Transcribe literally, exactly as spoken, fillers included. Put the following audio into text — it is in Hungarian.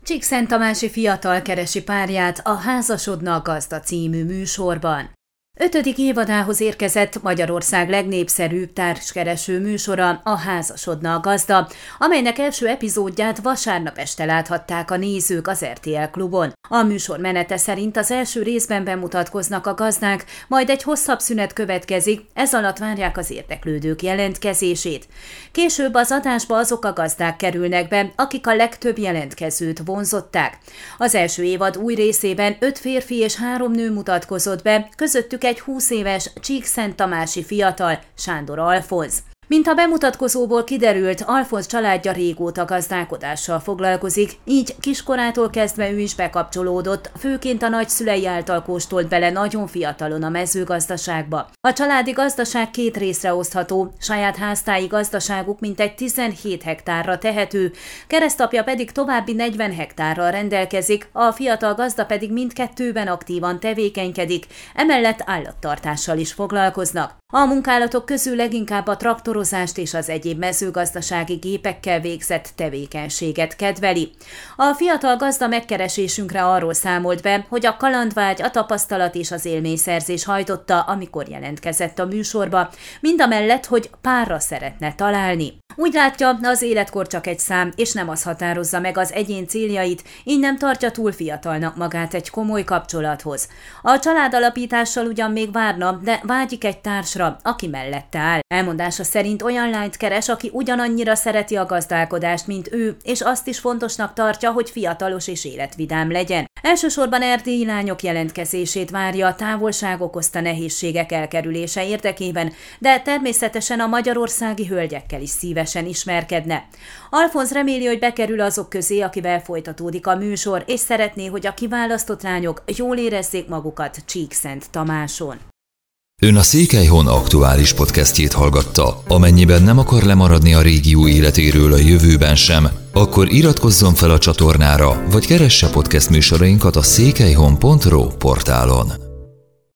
Csíkszenttamási fiatal keresi párját a Házasodna a gazda című műsorban. Ötödik évadához érkezett Magyarország legnépszerűbb társkereső műsora, a Házasodna a gazda, amelynek első epizódját vasárnap este láthatták a nézők az er té el Klubon. A műsor menete szerint az első részben bemutatkoznak a gazdák, majd egy hosszabb szünet következik, ez alatt várják az érdeklődők jelentkezését. Később az adásba azok a gazdák kerülnek be, akik a legtöbb jelentkezőt vonzották. Az első évad új részében öt férfi és három nő mutatkozott be, közöttük egy húsz éves csíkszenttamási fiatal, Sándor Alfonz. Mint a bemutatkozóból kiderült, Alfonz családja régóta gazdálkodással foglalkozik, így kiskorától kezdve ő is bekapcsolódott, főként a nagyszülei által kóstolt bele nagyon fiatalon a mezőgazdaságba. A családi gazdaság két részre osztható, saját háztáji gazdaságuk mintegy tizenhét hektárra tehető, keresztapja pedig további negyven hektárral rendelkezik, a fiatal gazda pedig mindkettőben aktívan tevékenykedik, emellett állattartással is foglalkoznak. A munkálatok közül leginkább a traktorozást és az egyéb mezőgazdasági gépekkel végzett tevékenységet kedveli. A fiatal gazda megkeresésünkre arról számolt be, hogy a kalandvágy, a tapasztalat és az élményszerzés hajtotta, amikor jelentkezett a műsorba, mindamellett, hogy párra szeretne találni. Úgy látja, az életkor csak egy szám, és nem az határozza meg az egyén céljait, így nem tartja túl fiatalnak magát egy komoly kapcsolathoz. A családalapítással ugyan még várna, de vágyik egy társra, aki mellette áll. Elmondása szerint olyan lányt keres, aki ugyanannyira szereti a gazdálkodást, mint ő, és azt is fontosnak tartja, hogy fiatalos és életvidám legyen. Elsősorban erdélyi lányok jelentkezését várja a távolság okozta nehézségek elkerülése érdekében, de természetesen a magyarországi hölgyekkel is szívesen ismerkedne. Alfonz reméli, hogy bekerül azok közé, akivel folytatódik a műsor, és szeretné, hogy a kiválasztott lányok jól érezzék magukat Csíkszenttamáson. Ön a Székelyhon aktuális podcastjét hallgatta. Amennyiben nem akar lemaradni a régió életéről a jövőben sem, akkor iratkozzon fel a csatornára, vagy keresse podcast műsorainkat a székelyhon pont ro portálon.